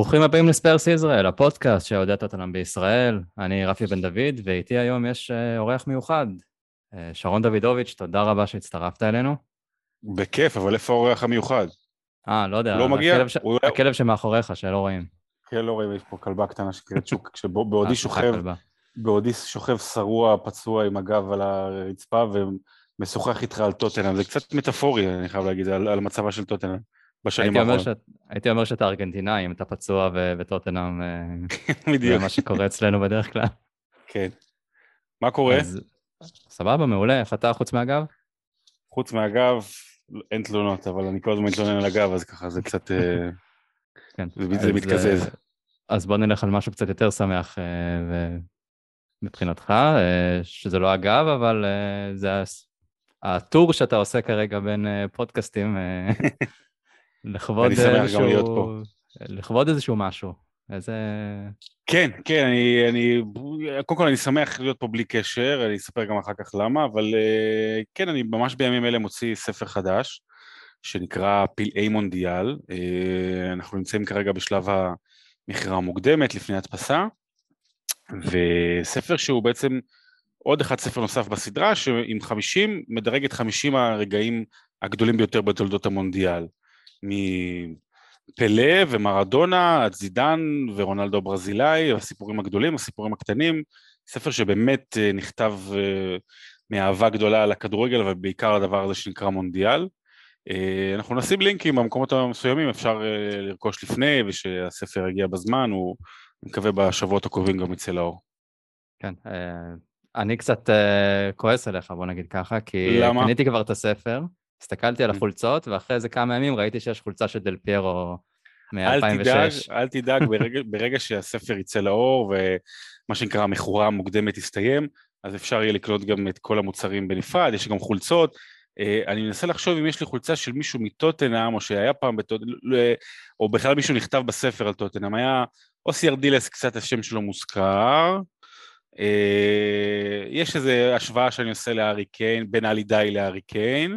ברוכים הבאים לספרס ישראל, הפודקאסט שאוהדי טוטנהאם בישראל. אני רפי בן דוד, ואיתי היום יש אורח מיוחד, שרון דוידוביץ', תודה רבה שהצטרפת אלינו. בכיף, אבל איפה האורח המיוחד? לא יודע, הוא לא מגיע? הכלב שמאחוריך, שלא רואים. כן, לא רואים, יש פה כלבה קטנה שקראת שוק, סליחה, כלבה. בעודי שוכב שרוע, פצוע עם הגב על הרצפה, ומשוחח איתך על טוטנהאם. זה קצת מטאפורי, אני חייב להגיד, על מצבה של טוטנהאם בשנים האחרונות. הייתי אומר שאתה ארגנטינאי, אם אתה פצוע וטוטנהאם, זה בדיוק. מה שקורה אצלנו בדרך כלל. כן. מה קורה? אז סבבה, מעולה, איך אתה חוץ מהגב? חוץ מהגב, אין תלונות, אבל אני כל הזמן מתלונן על הגב, אז ככה זה קצת, כן. זה מתקזז. אז בוא נלך על משהו קצת יותר שמח מבחינתך, שזה לא הגב, אבל זה הטור שאתה עושה כרגע בין פודקאסטים, אני שמח גם להיות פה. לכבוד איזשהו משהו. כן, קודם כל אני שמח להיות פה בלי קשר, אני אספר גם אחר כך למה, אבל כן, אני ממש בימים אלה מוציא ספר חדש, שנקרא פלאי מונדיאל, אנחנו נמצאים כרגע בשלב המכירה המוקדמת לפני הדפסה, וספר שהוא בעצם עוד אחד ספר נוסף בסדרה, שעם 50 מדרג את 50 הרגעים הגדולים ביותר בתולדות המונדיאל, מפלה ומרדונה, עד זידן ורונלדו ברזילאי, הסיפורים הגדולים, הסיפורים הקטנים, ספר שבאמת נכתב מאהבה גדולה על הכדורגל, אבל בעיקר הדבר הזה שנקרא מונדיאל. אנחנו נשים לינקים במקומות המסוימים, אפשר לרכוש לפני, ושהספר יגיע בזמן, הוא מקווה בשבועות הקרובים גם יצא לאור. כן, אני קצת כועס עליך, בוא נגיד ככה, כי למה? קניתי כבר את הספר, הסתכלתי על החולצות, ואחרי זה כמה ימים ראיתי שיש חולצה של דל פיירו מ-2006. אל תדאג, ברגע שהספר יצא לאור, ומה שנקרא המכורה המוקדמת יסתיים, אז אפשר יהיה לקנות גם את כל המוצרים בנפרד, יש גם חולצות, אני מנסה לחשוב אם יש לי חולצה של מישהו מטוטנהאם, או שהיה פעם או בכלל מישהו נכתב בספר על טוטנהאם, היה אוסי ארדילס, קצת השם שלו מוזכר, יש איזו השוואה שאני עושה להארי קיין, בין אלי די להארי קיין,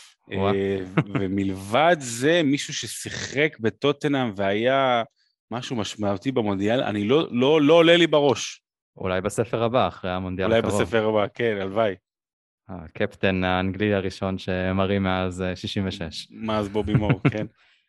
ומלבד זה מישהו ששיחק בטוטנהאם והיה משהו משמעותי במונדיאל, אני לא עולה לי בראש. אולי בספר הבא, אחרי המונדיאל הקרוב. אולי בספר הבא, כן, הלוואי. הקפטן האנגלי הראשון שמראים מאז 66. מאז בובי מור, כן.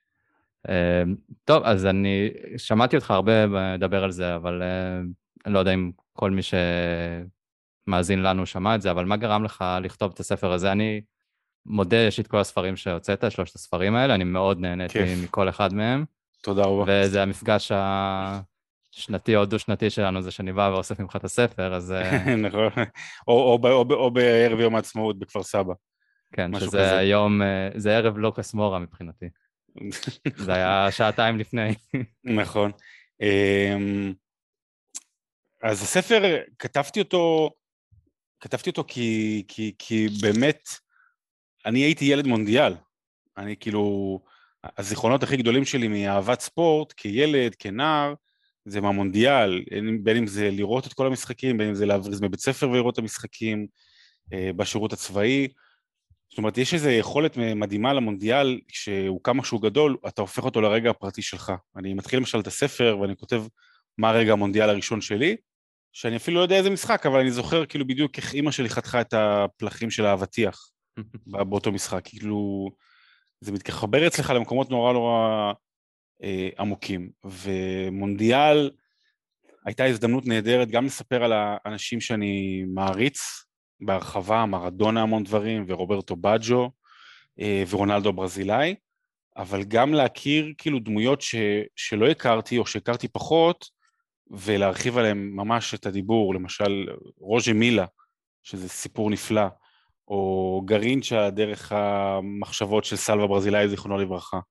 טוב, אז אני שמעתי אותך הרבה לדבר על זה, אבל אני לא יודע אם כל מי שמאזין לנו שמע את זה, אבל מה גרם לך לכתוב את הספר הזה? אני מודה, יש את כל הספרים שהוצאת, שלושת הספרים האלה, אני מאוד נהניתי מכל אחד מהם. תודה רבה. וזה המפגש השנתי או דו-שנתי שלנו, זה שאני בא ואוסף ממך את הספר, אז... נכון, או בערב יום העצמאות בכפר סבא. כן, שזה היום, זה ערב לא קסמורה מבחינתי. זה היה שעתיים לפני. נכון. אז הספר, כתבתי אותו כי באמת, אני הייתי ילד מונדיאל. אני כאילו, הזיכרונות הכי גדולים שלי מאהבת ספורט, כילד, כנער, זה מהמונדיאל, בין אם זה לראות את כל המשחקים, בין אם זה להבריז מבית ספר ולראות את המשחקים, בשירות הצבאי. זאת אומרת, יש איזו יכולת מדהימה למונדיאל, שהוא כמה שהוא גדול, אתה הופך אותו לרגע הפרטי שלך. אני מתחיל למשל את הספר, ואני כותב מה הרגע המונדיאל הראשון שלי, שאני אפילו לא יודע איזה משחק, אבל אני זוכר כאילו בדיוק איך אמא שלי חתכה את הפלחים של האבטיח, באותו משחק. כאילו, זה מתחבר אצלך למקומות נורא נורא עמוקים. ומונדיאל הייתה הזדמנות נהדרת גם לספר על האנשים שאני מעריץ, בהרחבה, מרדונה המון דברים, ורוברטו בג'ו, ורונלדו ברזילאי, אבל גם להכיר כאילו דמויות שלא הכרתי, או שהכרתי פחות, ולהרחיב עליהם ממש את הדיבור, למשל רוז'ה מילה, שזה סיפור נפלא, או גרינצ'ה דרך המחשבות של סלווה ברזילאי, זיכרונו לברכה.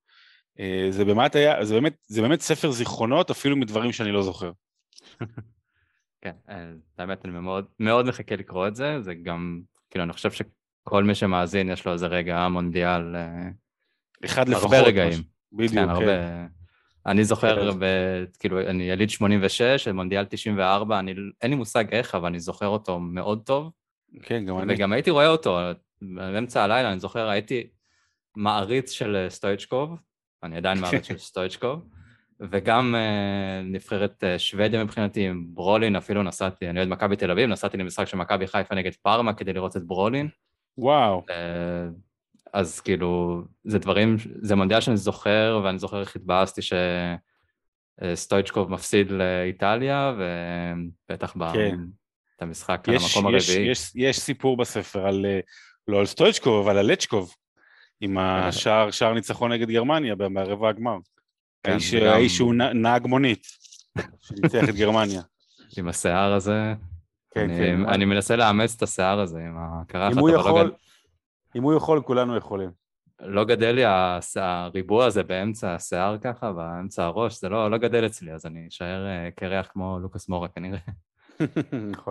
זה באמת ספר זיכרונות, אפילו מדברים שאני לא זוכר. כן, באמת אני מאוד, מאוד מחכה לקרוא את זה, זה גם, כאילו אני חושב שכל מי שמאזין יש לו איזה רגע מונדיאל, אחד לפחות. הרבה רגעים. בדיוק, כן. הרבה, אני זוכר, כאילו אני יליד 86, מונדיאל 94, אין לי מושג איך, אבל אני זוכר אותו מאוד טוב. כן, גם אני. וגם הייתי רואה אותו, באמצע הלילה, אני זוכר, הייתי מעריץ של סטויצ'קוב, אני עדיין מעריץ של סטויצ'קוב, וגם נבחרת שוודיה מבחינתי עם ברולין, אפילו נסעתי, אני אוהד מכבי תל אביב, נסעתי למשחק של מכבי חיפה נגד פארמה כדי לראות את ברולין. וואו. אז כאילו, זה דברים, זה מונדיאל שאני זוכר, ואני זוכר איך התבאסתי שסטויצ'קוב מפסיד לאיטליה, ובטח כן. את המשחק על המקום הרביעי. יש סיפור בספר על, לא על סטויצ'קוב, אבל על לצ'קוב, עם שער ניצחון נגד גרמניה ברבע הגמר. כן, האיש שהוא נהג מונית, שניצח את גרמניה. עם השיער הזה, כן, כן. אני מנסה לאמץ את השיער הזה עם הקרחת, אם הוא יכול, כולנו יכולים. לא גדל לי הריבוע הזה באמצע השיער ככה, באמצע הראש, זה לא גדל אצלי, אז אני אשאר קרח כמו לוקאס מורה כנראה. נכון.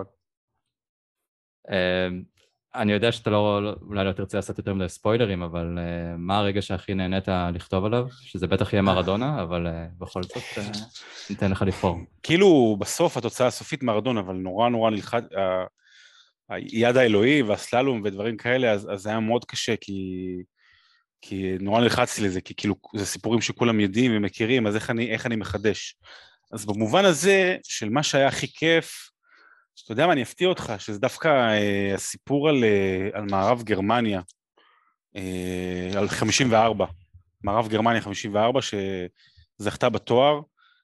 אני יודע שאתה אולי לא תרצה לעשות יותר מדי ספוילרים, אבל מה הרגע שהכי נהנית לכתוב עליו? שזה בטח יהיה מרדונה, אבל בכל זאת ניתן לך לבחור. כאילו בסוף התוצאה הסופית מרדונה, אבל נורא נורא נלחץ, היד האלוהי והסללום ודברים כאלה, אז זה היה מאוד קשה, כי נורא נלחצתי לזה, כי כאילו זה סיפורים שכולם יודעים ומכירים, אז איך אני מחדש? אז במובן הזה של מה שהיה הכי כיף, אתה יודע מה, אני אפתיע אותך, שזה דווקא הסיפור על מערב גרמניה, על 54, מערב גרמניה 54, שזכתה בתואר,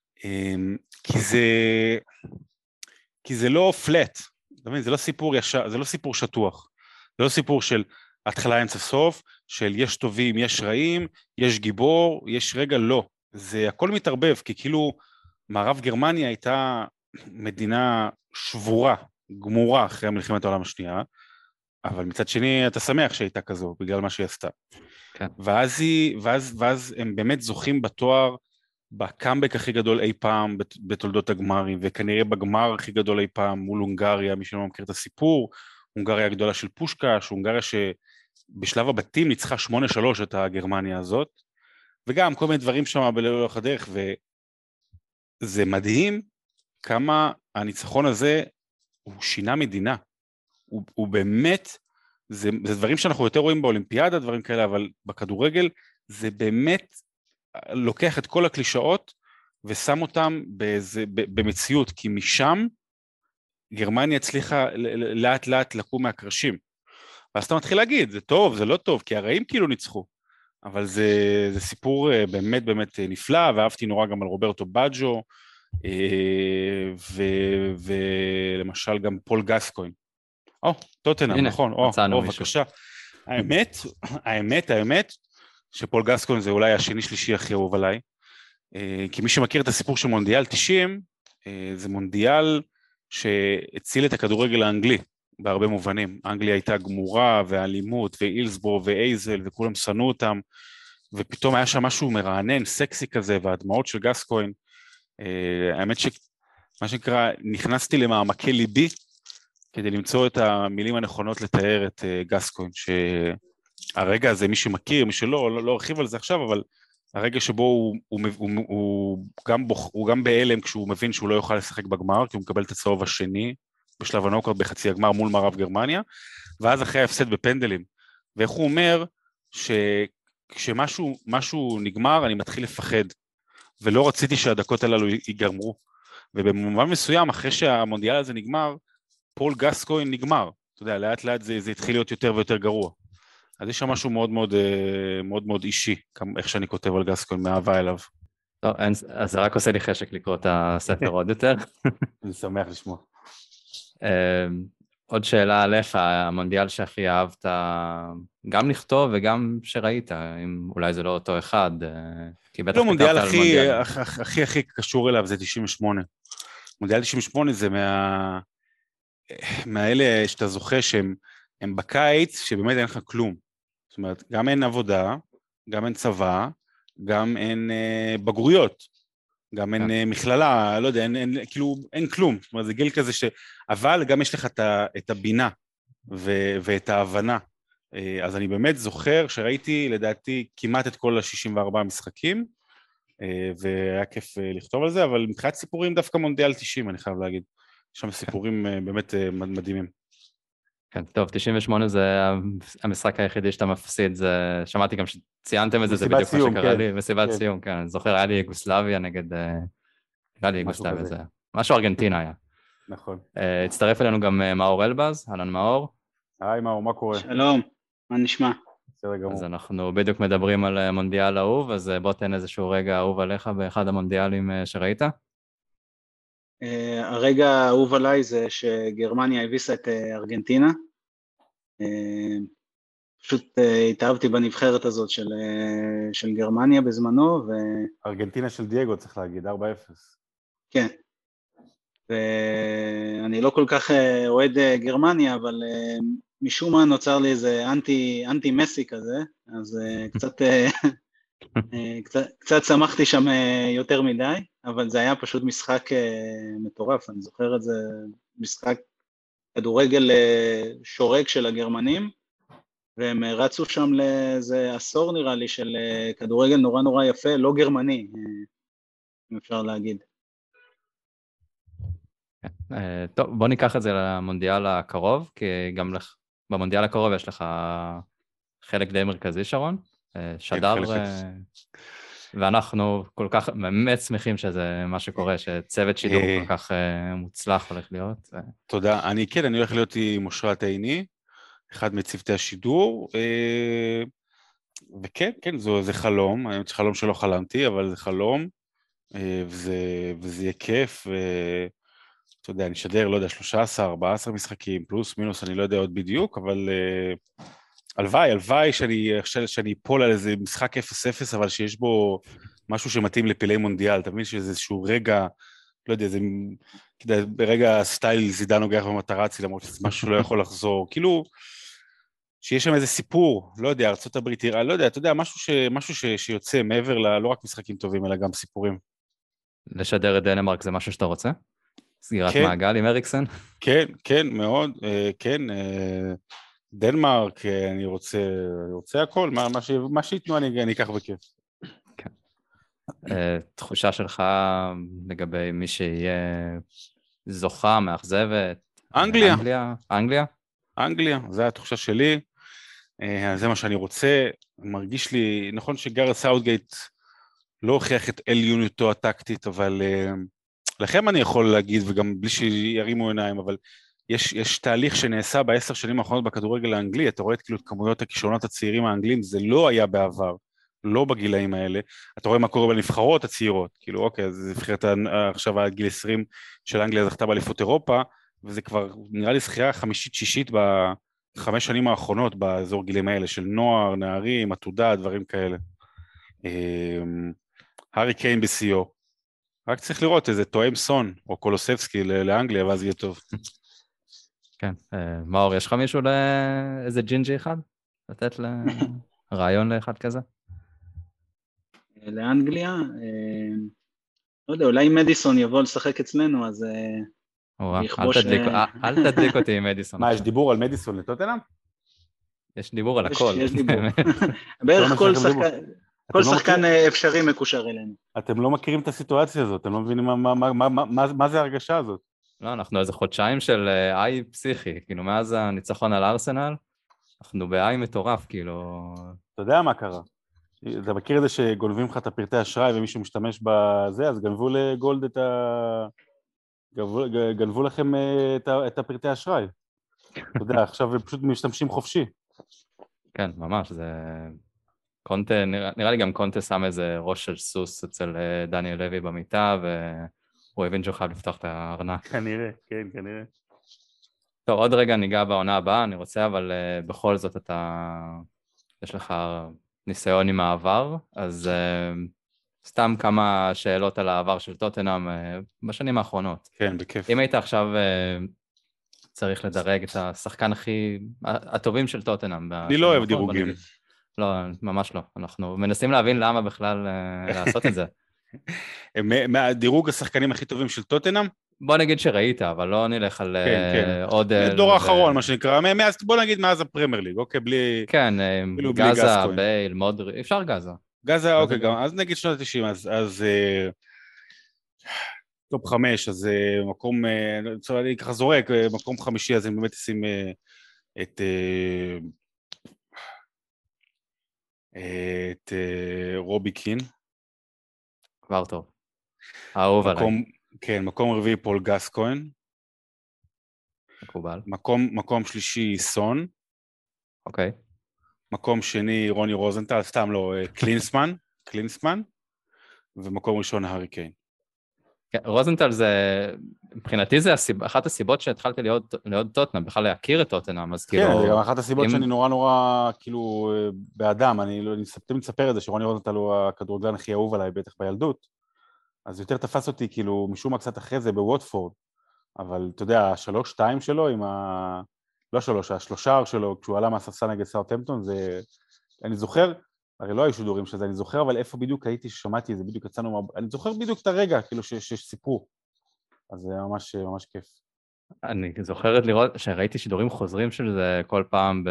כי זה לא פלט, אתה מבין, זה לא סיפור ישר, זה לא סיפור שטוח, זה לא סיפור של התחלה אמצע סוף, של יש טובים, יש רעים, יש גיבור, יש רגע, לא, זה הכל מתערבב, כי כאילו מערב גרמניה הייתה מדינה שבורה, גמורה אחרי מלחמת העולם השנייה, אבל מצד שני אתה שמח שהייתה כזו, בגלל מה שהיא עשתה. כן. ואז הם באמת זוכים בתואר, בקאמבק הכי גדול אי פעם בתולדות הגמרים, וכנראה בגמר הכי גדול אי פעם מול הונגריה, מי שלא מכיר את הסיפור, הונגריה הגדולה של פושקש, הונגריה שבשלב הבתים ניצחה 8-3 את הגרמניה הזאת, וגם כל מיני דברים שם בלאורך הדרך, וזה מדהים כמה הניצחון הזה הוא שינה מדינה, הוא באמת, זה דברים שאנחנו יותר רואים באולימפיאדה, דברים כאלה, אבל בכדורגל זה באמת לוקח את כל הקלישאות ושם אותם במציאות, כי משם גרמניה הצליחה לאט לאט לקום מהקרשים. ואז אתה מתחיל להגיד, זה טוב, זה לא טוב, כי הרעים כאילו ניצחו. אבל זה סיפור באמת באמת נפלא, ואהבתי נורא גם על רוברטו בג'ו, ולמשל גם פול גסקוין. טוטנהאם, נכון, בבקשה. האמת, שפול גסקוין זה אולי השני שלישי הכי אהוב עליי, כי מי שמכיר את הסיפור של מונדיאל 90, זה מונדיאל שהציל את הכדורגל האנגלי, בהרבה מובנים. אנגליה הייתה גמורה, ואלימות, ואילסבורו, ואייזל, וכולם שנאו אותם, ופתאום היה שם משהו מרענן, סקסי כזה, והדמעות של גסקוין. האמת שמה שנקרא, נכנסתי למעמקי ליבי, כדי למצוא את המילים הנכונות לתאר את גסקוין, שהרגע הזה, מי שמכיר, מי שלא, לא הרחיב על זה עכשיו, אבל הרגע שבו הוא גם בהלם כשהוא מבין שהוא לא יוכל לשחק בגמר, כי הוא מקבל את הצהוב השני, בשלב הנוקאוט בחצי הגמר מול מערב גרמניה, ואז אחרי ההפסד בפנדלים. ואיך הוא אומר שכשמשהו נגמר, אני מתחיל לפחד, ולא רציתי שהדקות הללו ייגמרו. ובמובן מסוים, אחרי שהמונדיאל הזה נגמר, פול גסקוין נגמר. אתה יודע, לאט לאט זה התחיל להיות יותר ויותר גרוע. אז יש שם משהו מאוד מאוד, מאוד מאוד אישי, איך שאני כותב על גסקוין, מאהבה אליו. טוב, אז זה רק עושה לי חשק לקרוא את הספר עוד יותר. אני שמח לשמוע. עוד שאלה עליך, המונדיאל שהכי אהבת גם לכתוב וגם שראית, אם אולי זה לא אותו אחד, כי בטח כתבת על מונדיאל. הכי קשור אליו זה 98. מונדיאל 98 זה מהאלה שאתה זוכה שהם בקיץ, שבאמת אין לך כלום. זאת אומרת, גם אין עבודה, גם אין צבא, גם אין בגרויות, גם אין מכללה, לא יודע, כאילו אין כלום. זאת אומרת, זה גיל כזה אבל גם יש לך את הבינה ואת ההבנה. אז אני באמת זוכר שראיתי, לדעתי, כמעט את כל ה-64 משחקים, והיה כיף לכתוב על זה, אבל מבחינת סיפורים דווקא מונדיאל 90, אני חייב להגיד. יש שם סיפורים באמת מדהימים. כן, טוב, 98 זה המשחק היחידי שאתה מפסיד, שמעתי גם שציינתם את זה, זה מסיבת בדיוק מה סיום, שקרה כן. לי, מסיבת כן, סיום, כן, אני זוכר, היה לי יוגוסלביה נגד, נראה לי משהו יוגוסלביה, כזה, זה היה, משהו ארגנטינה היה. נכון. הצטרף אלינו גם מאור אלבז, אהלן מאור, היי, מה קורה? שלום, מה נשמע? בסדר אז גמור. אנחנו בדיוק מדברים על מונדיאל אהוב, אז בוא תן איזשהו רגע אהוב עליך באחד המונדיאלים שראית. הרגע האהוב עליי זה שגרמניה הביסה את ארגנטינה. פשוט התאהבתי בנבחרת הזאת של גרמניה בזמנו, ארגנטינה של דייגו, צריך להגיד, 4-0. וכן, ואני לא כל כך אוהד גרמניה, אבל משום מה נוצר לי איזה אנטי מסי כזה, אז קצת שמחתי שם יותר מדי, אבל זה היה פשוט משחק מטורף, אני זוכר את זה, משחק כדורגל שורק של הגרמנים, והם רצו שם לאיזה עשור נראה לי של כדורגל נורא נורא יפה, לא גרמני, אם אפשר להגיד. טוב, בוא ניקח את זה למונדיאל הקרוב, כי גם במונדיאל הקרוב יש לך חלק די מרכזי, שרון. שדר, ואנחנו כל כך באמת שמחים שזה מה שקורה, שצוות שידור כל כך מוצלח הולך להיות. תודה. אני הולך להיות עם אושרת עיני, אחד מצוותי השידור, וכן, זה חלום, האמת שחלום שלא חלמתי, אבל זה חלום, וזה יהיה כיף, אתה יודע, אני אשדר, לא יודע, 13, 14 משחקים, פלוס, מינוס, אני לא יודע עוד בדיוק, אבל הלוואי שאני אפול על איזה משחק 0-0, אבל שיש בו משהו שמתאים לפעילי מונדיאל, אתה מבין שזה איזשהו רגע, לא יודע, זה ברגע סטייל זידן נוגח במטרצי, למרות שזה משהו שלא יכול לחזור, כאילו, שיש שם איזה סיפור, לא יודע, ארצות הברית, לא יודע, אתה יודע, משהו שיוצא מעבר לא רק משחקים טובים, אלא גם סיפורים. לשדר את דנמרק זה משהו שאתה רוצה? סגירת כן, מעגל עם אריקסן? כן, מאוד, כן, דנמרק, אני רוצה הכל, מה שיתנו אני אקח בכיף. כן. תחושה שלך לגבי מי שיהיה זוכה, מאכזבת? אנגליה. אנגליה, זו התחושה שלי, זה מה שאני רוצה, מרגיש לי, נכון שגארת סאוטגייט לא הוכיח את עליונותו הטקטית, אבל לכם אני יכול להגיד, וגם בלי שירימו עיניים, אבל יש תהליך שנעשה ב10 שנים האחרונות בכדורגל האנגלי, אתה רואה כאילו את כמויות הכישרונות הצעירים האנגלים, זה לא היה בעבר, לא בגילאים האלה, אתה רואה מה קורה בנבחרות הצעירות, כאילו אוקיי, אז נבחרת עכשיו עד גיל 20 של אנגליה זכתה באליפות אירופה, וזה כבר נראה לי זכייה חמישית-שישית ב5 שנים האחרונות באזור גילים האלה, של נוער, נערים, עתודה, דברים כאלה. הארי קיין בסיו, רק צריך לראות איזה תואם סון או קולוסבסקי לאנגליה, ואז יהיה טוב. כן, מאור, יש לך מישהו לאיזה ג'ינג'י אחד? לתת רעיון לאחד כזה? לאנגליה, לא יודע, אולי מדיסון יבוא לשחק אצלנו, אז יכבוש... אל תדליק אותי עם מדיסון. מה, יש דיבור על מדיסון לטוטנהאם? יש דיבור על הכל. יש דיבור. בערך כל שחקן אפשרי מקושר אלינו. אתם לא מכירים את הסיטואציה הזאת, אתם לא מבינים מה זה הרגשה הזאת. לא, אנחנו איזה חודשיים של איי פסיכי, כאילו מאז הניצחון על ארסנל, אנחנו באיי מטורף, כאילו... אתה יודע מה קרה? אתה מכיר את זה שגונבים לך את הפרטי אשראי ומישהו משתמש בזה, אז גנבו לגולד גנבו לכם את הפרטי אשראי. אתה יודע, עכשיו פשוט משתמשים חופשי. כן, ממש, זה... קונטה, נראה לי גם קונטה שם איזה ראש של סוס אצל דניאל לוי במיטה, והוא הבין שהוא חייב לפתוח את הארנק. כנראה, כן, כנראה. טוב, עוד רגע ניגע בעונה הבאה, אני רוצה, אבל בכל זאת יש לך ניסיון עם העבר, אז סתם כמה שאלות על העבר של טוטנהאם בשנים האחרונות. כן, בכיף. אם היית עכשיו צריך לדרג את השחקן הטובים של טוטנהאם. אני לא אוהב דירוגים. לא, ממש לא. אנחנו מנסים להבין למה בכלל לעשות את זה. מהדירוג השחקנים הכי טובים של טוטנהאם? בוא נגיד שראית, אבל לא נלך על עוד... דור האחרון, מה שנקרא, בוא נגיד מאז הפרמייר ליג, אוקיי, בלי... כן, גזה, בייל, מודרי, אפשר גזה. גזה, אוקיי, גם, אז נגיד שנות ה-90, אז טופ 5, אז מקום, אני ככה זורק, מקום חמישי, אז אני באמת אשים את רובי קין. כבר טוב. אהוב עליי. כן, מקום רביעי פול גסקוין. מקובל. מקום שלישי סון. אוקיי. מקום שני רוני רוזנטל, סתם לא, קלינסמן. ומקום ראשון הארי קיין. כן, רוזנטל זה, מבחינתי זה אחת הסיבות שהתחלתי להיות טוטנאם, בכלל להכיר את טוטנאם, אז כאילו... כן, זה גם אחת הסיבות שאני נורא כאילו באדם, אני תמיד מספר את זה שרוני רוזנטל הוא הכדורגלן הכי אהוב עליי, בטח בילדות, אז יותר תפס אותי כאילו משום מה קצת אחרי זה בווטפורד, אבל אתה יודע, ה3-2 שלו עם לא 3, ה3 שלו, כשהוא עלה מהספסל נגד סאות'המפטון, זה... אני זוכר, הרי לא היו שידורים של זה, אני זוכר אבל איפה בדיוק הייתי ששמעתי את זה, בדיוק יצאנו, אני זוכר בדיוק את הרגע, כאילו שסיפרו, אז זה ממש כיף. אני זוכרת לראות שראיתי שידורים חוזרים של זה כל פעם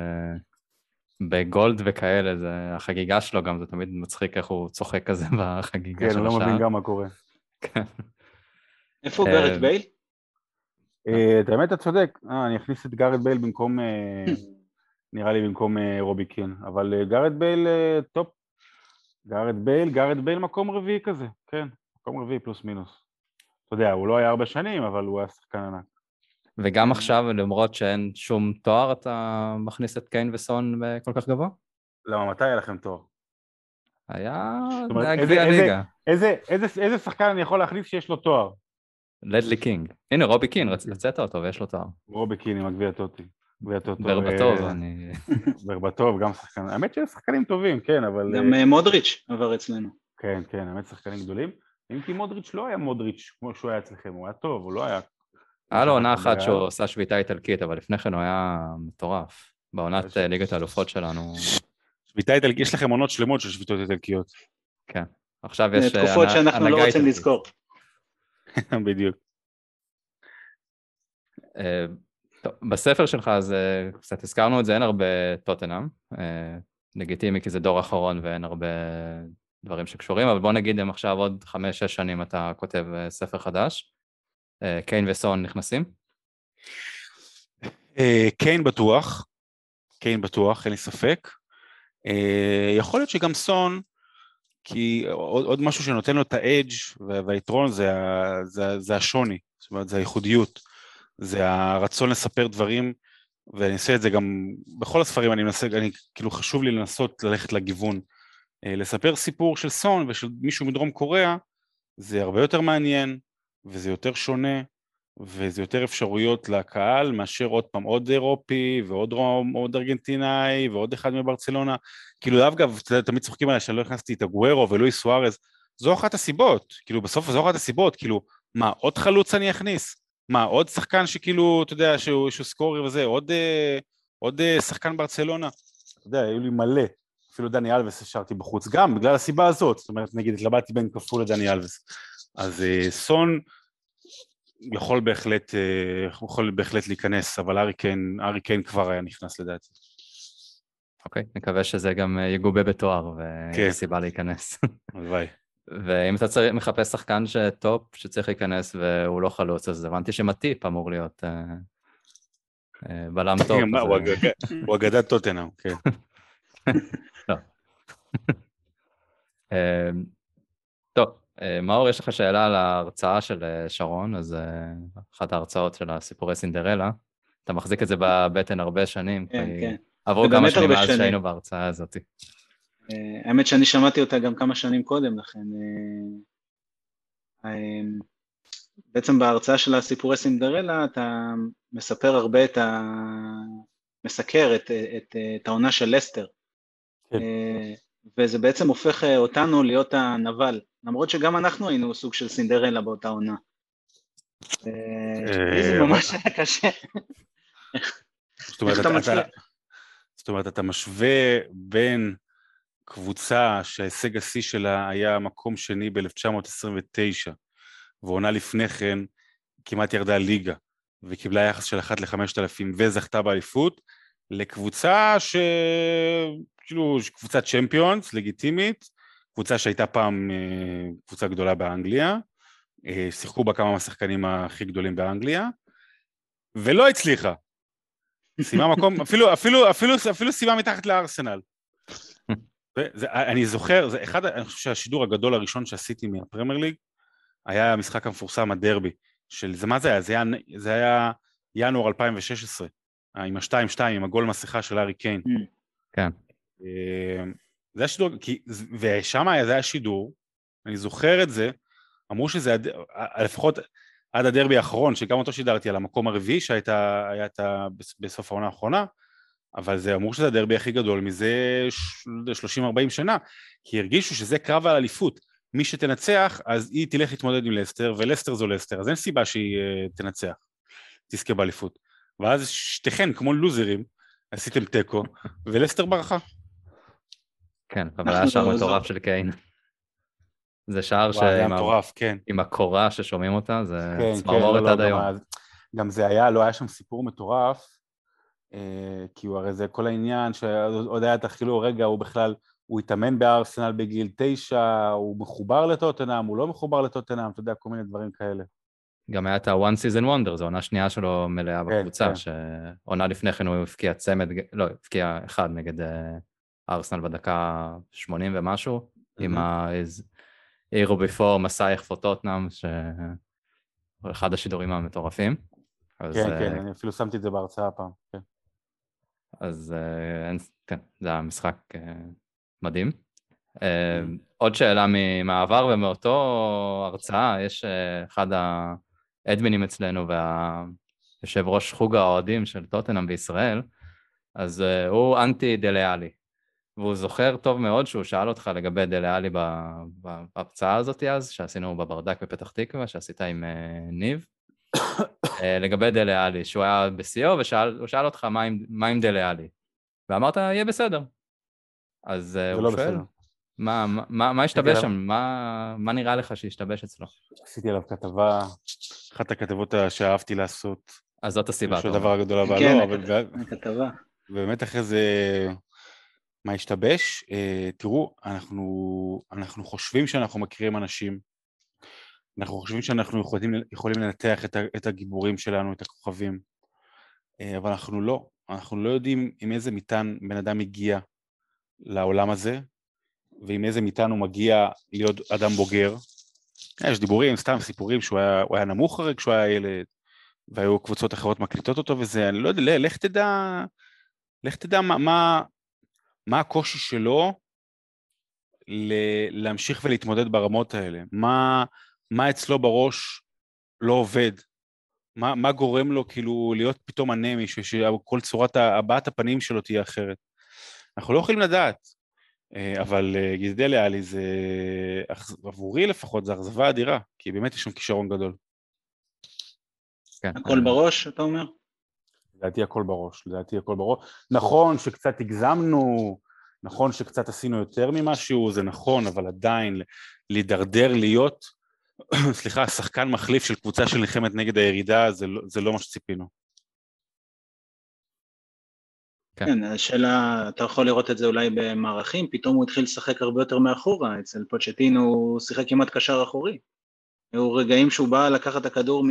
בגולד וכאלה, זה החגיגה שלו גם, זה תמיד מצחיק איך הוא צוחק כזה בחגיגה של השעה. כן, הוא לא מבין גם מה קורה. כן. איפה גארט בייל? את האמת, אתה צודק, אני אכניס את גארט בייל במקום, נראה לי במקום רובי קין, אבל גארט בייל טופ, גארט בייל מקום רביעי כזה, כן, מקום רביעי פלוס מינוס. אתה יודע, הוא לא היה 4 שנים, אבל הוא היה שחקן ענק. וגם עכשיו, למרות שאין שום תואר, אתה מכניס את קיין וסון כל כך גבוה? למה, מתי היה לכם תואר? היה גביע ליגה. איזה שחקן אני יכול להכניס שיש לו תואר? לדלי קינג. הנה, רובי קין, רצית אותו ויש לו תואר. רובי קין עם הגביע טוטי. ברבטוב, אני... ברבטוב, גם שחקן. האמת שיש שחקנים טובים, כן, אבל... גם מודריץ' עבר אצלנו. כן, האמת שחקנים גדולים. אם כי מודריץ' לא היה מודריץ' כמו שהוא היה אצלכם, הוא היה טוב, הוא לא היה... היה לו עונה אחת שהוא עושה שביתה איטלקית, אבל לפני כן הוא היה מטורף. בעונת ליגת האלופות שלנו. שביתה איטלקית, יש לכם עונות שלמות של שביתות איטלקיות. כן, עכשיו יש... תקופות שאנחנו לא רוצים לזכור. בדיוק. טוב, בספר שלך, אז קצת הזכרנו את זה, אין הרבה טוטנהאם, לגיטימי כי זה דור אחרון ואין הרבה דברים שקשורים, אבל בוא נגיד אם עכשיו עוד 5-6 שנים אתה כותב ספר חדש, קיין וסון נכנסים? קיין בטוח, אין לי ספק. יכול להיות שגם סון, כי עוד משהו שנותן לו את האדג' והיתרון זה השוני, זאת אומרת זה הייחודיות, זה הרצון לספר דברים, ואני אעשה את זה גם בכל הספרים, כאילו חשוב לי לנסות ללכת לגיוון, לספר סיפור של סון ושל מישהו מדרום קוריאה, זה הרבה יותר מעניין, וזה יותר שונה, וזה יותר אפשרויות לקהל, מאשר עוד פעם עוד אירופי, ועוד ארגנטינאי, ועוד אחד מברצלונה, כאילו אגב, תמיד צוחקים עליי שאני לא הכנסתי את הגוארו ולואי סוארז, זו אחת הסיבות, כאילו בסוף זו אחת הסיבות, כאילו, מה, עוד חלוץ אני אכניס? מה, עוד שחקן שכאילו, אתה יודע, שהוא סקורי וזה, עוד שחקן ברצלונה, אתה יודע, היו לי מלא, אפילו דני אלווס השארתי בחוץ, גם בגלל הסיבה הזאת, זאת אומרת, נגיד, התלבטתי בין כפול לדני אלווס, אז סון יכול בהחלט להיכנס, אבל ארי קיין כבר היה נכנס לדעתי. אוקיי, נקווה שזה גם יגובה בתואר, ויש סיבה להיכנס. הלוואי. ואם אתה מחפש שחקן שטופ שצריך להיכנס והוא לא חלוץ, אז הבנתי שמטיפ אמור להיות בלם טוב. הוא אגדת טוטנהאם, כן. לא. טוב, מאור, יש לך שאלה על ההרצאה של שרון, אז אחת ההרצאות של הסיפורי סינדרלה, אתה מחזיק את זה בבטן הרבה שנים, כן. עברו כמה שנים מאז שהיינו בהרצאה הזאת. האמת שאני שמעתי אותה גם כמה שנים קודם לכן, בעצם בהרצאה של הסיפורי סינדרלה אתה מספר הרבה מסקר את העונה של לסטר, וזה בעצם הופך אותנו להיות הנבל, למרות שגם אנחנו היינו סוג של סינדרלה באותה עונה. זה ממש היה קשה. זאת אומרת, אתה משווה בין קבוצה שההישג השיא שלה היה מקום שני ב-1929, ועונה לפני כן כמעט ירדה ליגה, וקיבלה יחס של 1-5,000 וזכתה באליפות, לקבוצה כאילו קבוצת צ'מפיונס, לגיטימית, קבוצה שהייתה פעם קבוצה גדולה באנגליה, שיחקו בה כמה מהשחקנים הכי גדולים באנגליה, ולא הצליחה. סיימה מקום, אפילו סיימה מתחת לארסנל. אני זוכר, אני חושב שהשידור הגדול הראשון שעשיתי מהפרמייר ליג, היה המשחק המפורסם, הדרבי, מה זה היה? זה היה ינואר 2016, עם ה-2-2, עם הגול מסכה של הארי קיין. כן. זה היה שידור, ושם זה היה שידור, אני זוכר את זה, אמרו שזה, לפחות עד הדרבי האחרון, שגם אותו שידרתי על המקום הרביעי, שהיה בסוף העונה האחרונה, אבל זה אמרו שזה הדרבי הכי גדול מזה 30-40 שנה, כי הרגישו שזה קרב על אליפות, מי שתנצח, אז היא תלך להתמודד עם לסטר, ולסטר זו לסטר, אז אין סיבה שהיא תנצח, תזכה באליפות. ואז שתיכן, כמו לוזרים, עשיתם טקו, ולסטר ברחה. כן, אבל היה שער מטורף של קיין. זה שער עם הקורה ששומעים אותה, זה צמרמורת עד היום. גם זה היה, לא היה שם סיפור מטורף, כי הוא הרי זה כל העניין, שעוד היה תחילו רגע, הוא בכלל, הוא התאמן בארסנל בגיל 9, הוא מחובר לטוטנהאם, הוא לא מחובר לטוטנהאם, אתה יודע, כל מיני דברים כאלה. גם היה את ה-One Season Wonder, זו עונה שנייה שלו מלאה בקבוצה, שעונה לפני כן הוא הפקיע צמד, לא, הפקיע אחד נגד ארסנל בדקה 80 ומשהו, עם ה-Hero Before, מסייך for Tottenham, אחד השידורים המטורפים. כן, אני אפילו שמתי את זה בהרצאה פעם, כן. אז כן, זה היה משחק מדהים. עוד שאלה מהעבר ומאותו הרצאה, יש אחד האדמינים אצלנו והיושב ראש חוג האוהדים של טוטנהאם בישראל, אז הוא אנטי דליאלי, והוא זוכר טוב מאוד שהוא שאל אותך לגבי דליאלי בהרצאה הזאת אז, שעשינו בברדק בפתח תקווה, שעשית עם ניב, לגבי דליאלי, שהוא היה בסיוע, והוא שאל אותך מה עם דליאלי, ואמרת, יהיה בסדר. אז הוא שואל, מה השתבש שם? מה נראה לך שהשתבש אצלו? עשיתי עליו כתבה, אחת הכתבות שאהבתי לעשות. אז זאת הסיבה. זה הדבר הגדול הבא, לא, אבל... באמת אחרי זה, מה השתבש? תראו, אנחנו חושבים שאנחנו מכירים אנשים, אנחנו חושבים שאנחנו יכולים לנתח את הגיבורים שלנו, את הכוכבים, אבל אנחנו לא יודעים עם איזה מיטן בן אדם הגיע לעולם הזה, ועם איזה מיטן הוא מגיע להיות אדם בוגר. יש דיבורים, סתם סיפורים שהוא היה נמוך הרי כשהוא היה ילד, והיו קבוצות אחרות מקליטות אותו וזה, אני לא יודע, לך תדע מה הקושי שלו להמשיך ולהתמודד ברמות האלה, מה אצלו בראש לא עובד, מה גורם לו כאילו להיות פתאום אנמי, שכל צורת הבעת הפנים שלו תהיה אחרת. אנחנו לא יכולים לדעת, אבל דליאלי זה, עבורי לפחות, זה אכזבה אדירה, כי באמת יש שם כישרון גדול. הכל בראש, אתה אומר? לדעתי הכל בראש. נכון שקצת הגזמנו, נכון שקצת עשינו יותר ממשהו, זה נכון, אבל עדיין להידרדר להיות, סליחה, שחקן מחליף של קבוצה של נלחמת נגד הירידה, זה לא מה שציפינו. כן, השאלה, אתה יכול לראות את זה אולי במערכים, פתאום הוא התחיל לשחק הרבה יותר מאחורה, אצל פוצ'טינו הוא שיחק כמעט קשר אחורי. היו רגעים שהוא בא לקחת את הכדור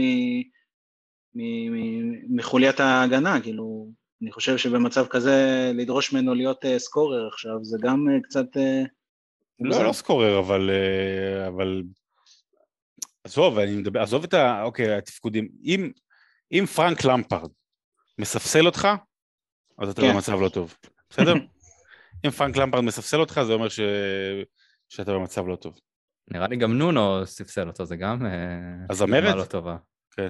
מחוליית ההגנה, כאילו, אני חושב שבמצב כזה לדרוש ממנו להיות סקורר עכשיו, זה גם קצת... לא סקורר, אבל... עזוב את התפקודים. אם פרנק למפרד מספסל אותך, אז אתה במצב לא טוב, בסדר? אם פרנק למפרד מספסל אותך, זה אומר שאתה במצב לא טוב. נראה לי גם נונו ספסל אותו, זה גם... אז המרד? לא טובה. כן.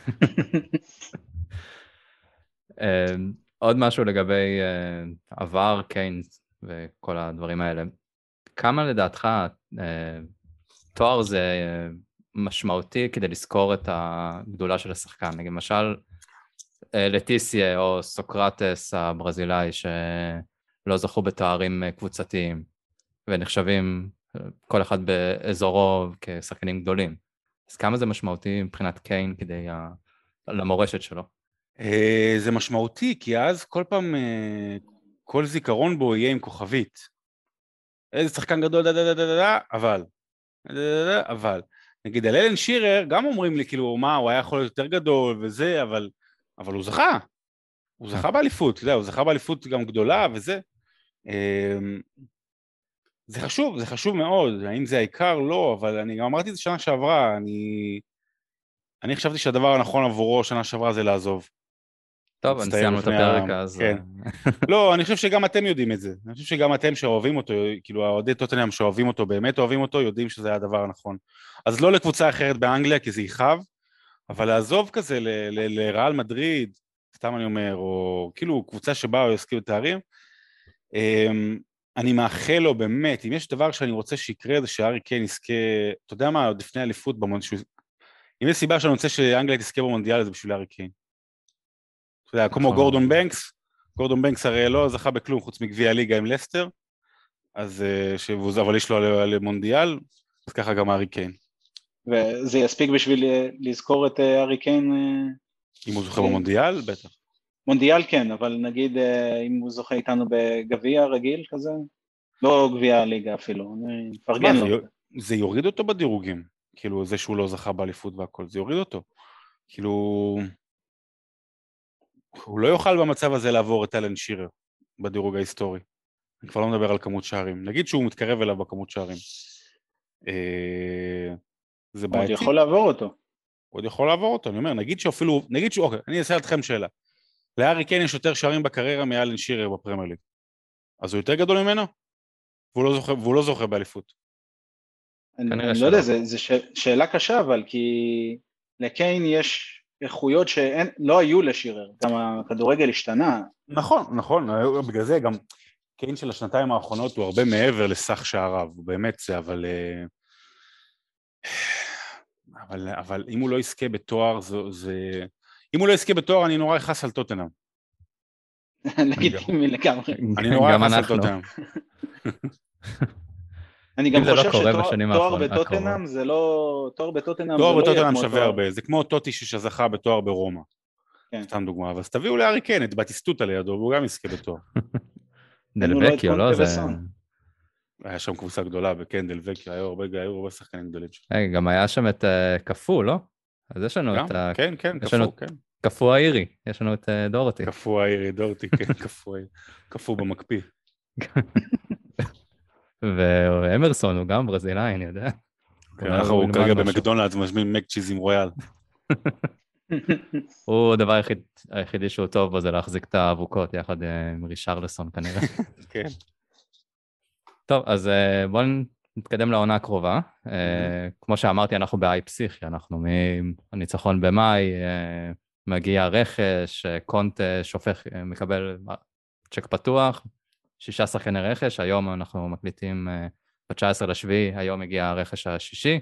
עוד משהו לגבי עבר, קיינס וכל הדברים האלה. כמה לדעתך תואר זה משמעותי כדי לזכור את הגדולה של השחקן? למשל, לטיסיה או סוקרטס הברזילאי שלא זכו בתוארים קבוצתיים ונחשבים כל אחד באזורו כשחקנים גדולים. אז כמה זה משמעותי מבחינת קיין כדי למורשת שלו? זה משמעותי כי אז כל פעם, כל זיכרון בו יהיה עם כוכבית. איזה שחקן גדול, אבל. נגיד על אלן שירר גם אומרים לי כאילו מה, הוא היה יכול להיות יותר גדול וזה, אבל הוא זכה. הוא זכה באליפות, אתה יודע, הוא זכה באליפות גם גדולה וזה. זה חשוב מאוד, האם זה העיקר? לא, אבל אני גם אמרתי את זה שנה שעברה, אני חשבתי שהדבר הנכון עבורו שנה שעברה זה לעזוב. טוב, אני סיימנו את הפרק, אז... כן. לא, אני חושב שגם אתם יודעים את זה. אני חושב שגם אתם שאוהבים אותו, כאילו האוהדי טוטנהאם שאוהבים אותו, באמת אוהבים אותו, יודעים שזה היה הדבר הנכון. אז לא לקבוצה אחרת באנגליה, כי זה יכאב, אבל לעזוב כזה לריאל מדריד, סתם אני אומר, או כאילו קבוצה שבה הוא יסכים בתארים, אני מאחל לו באמת, אם יש דבר שאני רוצה שיקרה, זה שהארי קיין יזכה, אתה יודע מה, עוד לפני אליפות במונדיאל, אם יש סיבה שאני רוצה שאנגליה תזכה במונדיאל, זה בשביל הארי קיין. אתה יודע, כמו גורדון בנקס הרי לא זכה בכלום חוץ מגביע הליגה עם לסטר, אבל יש לו למונדיאל, אז ככה גם הארי קיין. וזה יספיק בשביל לזכור את הארי קיין? אם הוא זוכה במונדיאל, בטח. מונדיאל כן, אבל נגיד אם הוא זוכה איתנו בגביע רגיל כזה, לא גביע הליגה אפילו, אני מפרגן לו. זה יוריד אותו בדירוגים, כאילו זה שהוא לא זכה באליפות והכל, זה יוריד אותו. כאילו, הוא לא יוכל במצב הזה לעבור את אלן שירר בדירוג ההיסטורי. אני כבר לא מדבר על כמות שערים. נגיד שהוא מתקרב אליו בכמות שערים. זה בעייתי. עוד יכול לעבור אותו. עוד יכול לעבור אותו, אני אומר, נגיד שהוא, אוקיי, אני אעשה לכם שאלה. להארי קיין יש יותר שערים בקריירה מאלן שירר בפרמייר ליג. אז הוא יותר גדול ממנו? והוא לא זוכה באליפות. אני לא יודע, זו שאלה קשה, אבל כי לקיין יש איכויות שלא היו לשירר, גם הכדורגל השתנה. נכון, בגלל זה גם קיין של השנתיים האחרונות הוא הרבה מעבר לסך שעריו, הוא באמת זה, אבל אם הוא לא יזכה בתואר, אם הוא לא יזכה בתואר, אני נורא יחס על טוטנהאם. לגיטימי לגמרי. אני נורא יחס על טוטנהאם. אני גם חושב שתואר בטוטנהאם זה לא... תואר בטוטנהאם שווה הרבה, זה כמו טוטי שזכה בתואר ברומא. סתם דוגמה, אז תביאו להארי קיין את בטיסטוטה לידו, והוא גם יזכה בתואר. דלווקיו, לא? היה שם קבוצה גדולה, וכן, דלווקיו, היו הרבה שחקנים גדולים שם. גם היה שם את קפוא, לא? אז יש לנו את ה... כן, קפוא, כן. קפוא האירי, יש לנו את דורטי. קפוא האירי, דורטי, כן, קפוא במקפיא. ואמרסון הוא גם ברזילאי, אני יודע. הוא כרגע במקדונלדס משמין מקצ'יז עם רויאל. הוא הדבר היחידי שהוא טוב בו זה להחזיק את האבוקות יחד עם רישרלסון כנראה. כן. טוב, אז בואו נתקדם לעונה הקרובה. כמו שאמרתי, אנחנו באי פסיכי, אנחנו מהניצחון במאי, מגיע רכש, קונט שופך, מקבל צ'ק פתוח, 6 שחקני רכש, היום אנחנו מקליטים ב-19 לשביעי, היום הגיע הרכש השישי,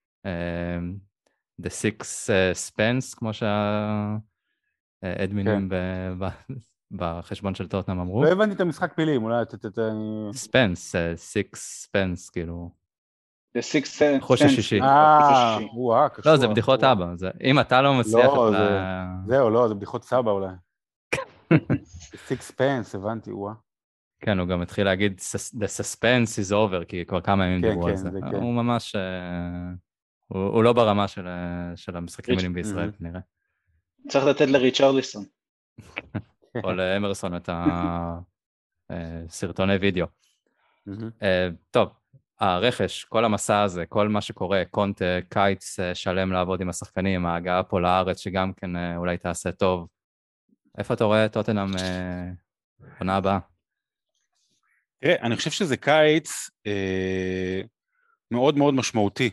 The Six Spence, כמו שהאדמינים בחשבון של טוטנהאם אמרו. לא הבנתי את המשחק פילים, אולי... ספנס, Six Spence, כאילו... The Six Spence. חוש השישי. לא, זה בדיחות אבא, אם אתה לא מצליח... זהו, לא, זה בדיחות סבא אולי. Six Spence, הבנתי, כן, הוא גם התחיל להגיד, The suspense is over, כי כבר כמה ימים דיברו על זה. הוא ממש... הוא לא ברמה של המשחקים מילים בישראל, כנראה. צריך לתת לריצ'רליסון. או לאמרסון את הסרטוני וידאו. טוב, הרכש, כל המסע הזה, כל מה שקורה, קונט, קיץ שלם לעבוד עם השחקנים, ההגעה פה לארץ, שגם כן אולי תעשה טוב. איפה אתה רואה טוטנהאם עונה הבאה? תראה, אני חושב שזה קיץ מאוד מאוד משמעותי.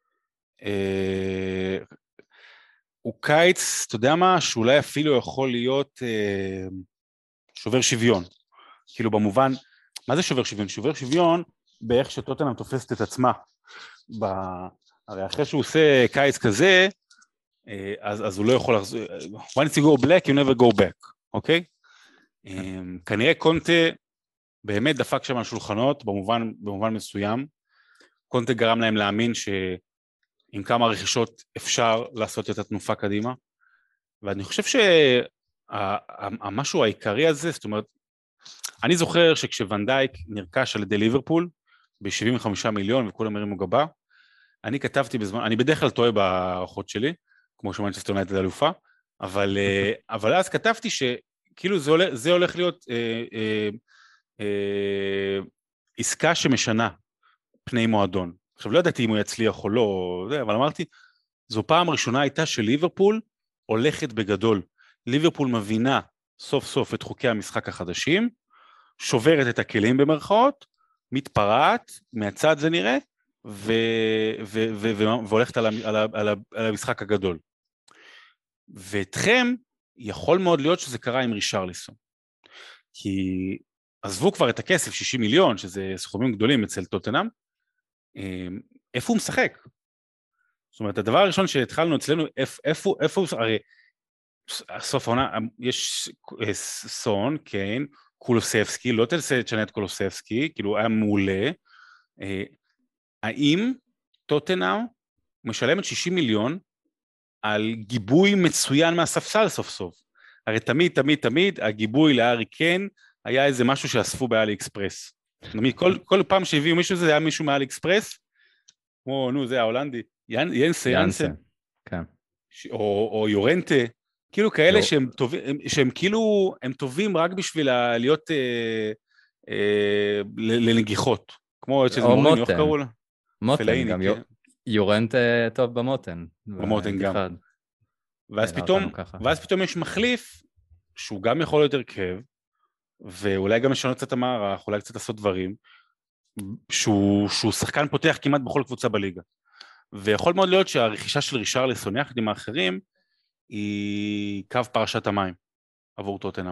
הוא קיץ, אתה יודע מה, שאולי אפילו יכול להיות שובר שוויון. כאילו במובן, מה זה שובר שוויון? שובר שוויון באיך שטוטנהאם תופסת את עצמה. הרי אחרי שהוא עושה קיץ כזה, אז הוא לא יכול לחזור, once you go black, you never go back, אוקיי? כנראה קונטה באמת דפק שם על שולחנות, במובן מסוים. קונטה גרם להם להאמין שעם כמה רכישות אפשר לעשות את התנופה קדימה, ואני חושב שהמשהו העיקרי הזה, זאת אומרת, אני זוכר שכשוונדייק נרכש על ידי ליברפול, ב-75 מיליון וכולם מרימו גבה, אני כתבתי בזמן, אני בדרך כלל טועה בהערכות שלי, כמו שמנצ'סטר יונייטד אלופה, אבל אז כתבתי כאילו זה הולך להיות עסקה שמשנה פני מועדון. עכשיו לא ידעתי אם הוא יצליח או לא, אבל אמרתי, זו פעם ראשונה הייתה שליברפול הולכת בגדול. ליברפול מבינה סוף סוף את חוקי המשחק החדשים, שוברת את הכלים במרכאות, מתפרעת, מהצד זה נראה, והולכת על המשחק הגדול. ואתכם, יכול מאוד להיות שזה קרה עם רישרליסון. כי עזבו כבר את הכסף, 60 מיליון, שזה סכומים גדולים אצל טוטנהאם, איפה הוא משחק? זאת אומרת, הדבר הראשון שהתחלנו אצלנו, איפה הוא, הרי סוף העונה, יש סון, כן, קולוסבסקי, לא תשנה את קולוסבסקי, כאילו היה מעולה, האם טוטנהאם משלמת 60 מיליון על גיבוי מצוין מהספסל סוף סוף? הרי תמיד הגיבוי לארי קיין היה איזה משהו שאספו באלי אקספרס. כל פעם שהביאו מישהו זה היה מישהו מאלי אקספרס, כמו זה ההולנדי, ינסן, כן. או יורנטה, כאילו כאלה שהם כאילו, הם טובים רק בשביל להיות לנגיחות, כמו שזה מורים, איך קראו לה? מוטן, גם יורנטה טוב במוטן. במוטן גם. ואז פתאום יש מחליף, שהוא גם יכול להיות הרכב, ואולי גם לשנות קצת המערך, אולי קצת לעשות דברים, שהוא שחקן פותח כמעט בכל קבוצה בליגה. ויכול מאוד להיות שהרכישה של רישרליסון יחד עם האחרים, היא קו פרשת המים עבור טוטנהאם.